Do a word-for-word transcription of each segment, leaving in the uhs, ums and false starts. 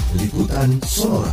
Liputan Sonora.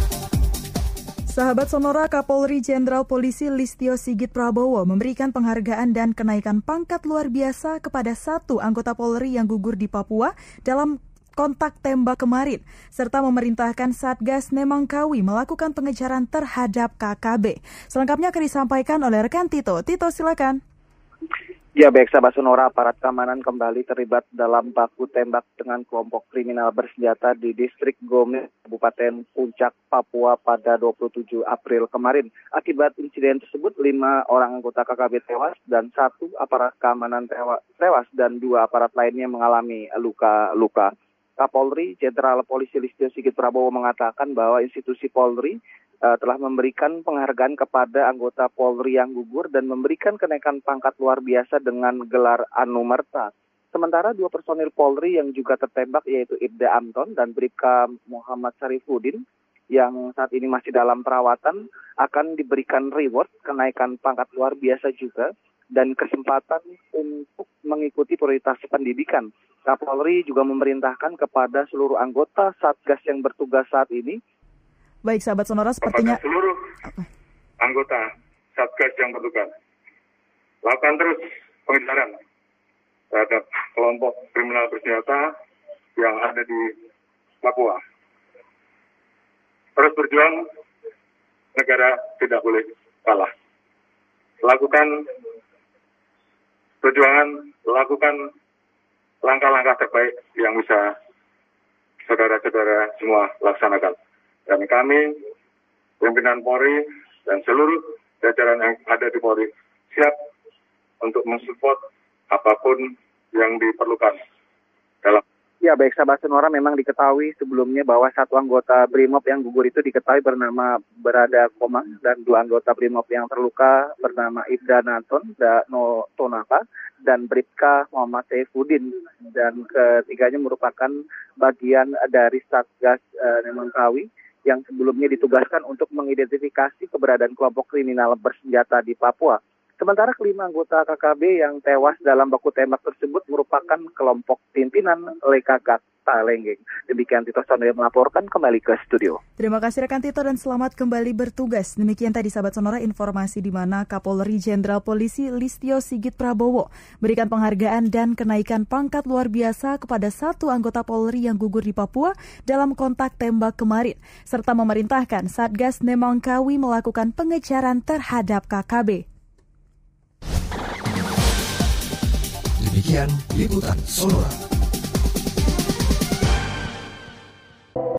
Sahabat Sonora, Kapolri Jenderal Polisi Listio Sigit Prabowo memberikan penghargaan dan kenaikan pangkat luar biasa kepada satu anggota Polri yang gugur di Papua dalam kontak tembak kemarin, serta memerintahkan Satgas Nemangkawi melakukan pengejaran terhadap K K B. Selengkapnya akan disampaikan oleh rekan Tito. Tito, silakan. Ya, baik sahabat Sonora, aparat keamanan kembali terlibat dalam baku tembak dengan kelompok kriminal bersenjata di distrik Gome, Kabupaten Puncak, Papua pada dua puluh tujuh April kemarin. Akibat insiden tersebut, lima orang anggota K K B tewas dan satu aparat keamanan tewas dan dua aparat lainnya mengalami luka-luka. Kapolri Jenderal Polisi Listio Sigit Prabowo mengatakan bahwa institusi Polri uh, telah memberikan penghargaan kepada anggota Polri yang gugur dan memberikan kenaikan pangkat luar biasa dengan gelar Anumerta. Sementara dua personil Polri yang juga tertembak yaitu Ibda Anton dan Bribka Muhammad Syarifuddin yang saat ini masih dalam perawatan akan diberikan reward kenaikan pangkat luar biasa juga dan kesempatan untuk mengikuti prioritas pendidikan. Kapolri juga memerintahkan kepada seluruh anggota Satgas yang bertugas saat ini. Baik, sahabat Sonora, sepertinya kepada seluruh anggota Satgas yang bertugas lakukan terus pengejaran terhadap kelompok kriminal bersenjata yang ada di Papua. Terus berjuang, negara tidak boleh kalah. Lakukan perjuangan, lakukan langkah-langkah terbaik yang bisa saudara-saudara semua laksanakan. Dan kami, pimpinan Polri dan seluruh jajaran yang ada di Polri siap untuk mensupport apapun yang diperlukan dalam. Ya, baik sahabat Sonora, memang diketahui sebelumnya bahwa satu anggota Brimob yang gugur itu diketahui bernama Berada Koma dan dua anggota Brimob yang terluka bernama Ibda Anton dan No Tonaka dan Bribka Muhammad Syarifuddin, dan ketiganya merupakan bagian dari Satgas uh, Nemangkawi yang sebelumnya ditugaskan untuk mengidentifikasi keberadaan kelompok kriminal bersenjata di Papua. Sementara kelima anggota K K B yang tewas dalam baku tembak tersebut merupakan kelompok pimpinan Lekagak Talenggeng. Demikian Tito Sonora melaporkan, kembali ke studio. Terima kasih rekan Tito dan selamat kembali bertugas. Demikian tadi sahabat Sonora informasi di mana Kapolri Jenderal Polisi Listio Sigit Prabowo berikan penghargaan dan kenaikan pangkat luar biasa kepada satu anggota Polri yang gugur di Papua dalam kontak tembak kemarin, serta memerintahkan Satgas Nemangkawi melakukan pengejaran terhadap K K B. Demikian Liputan Sonora.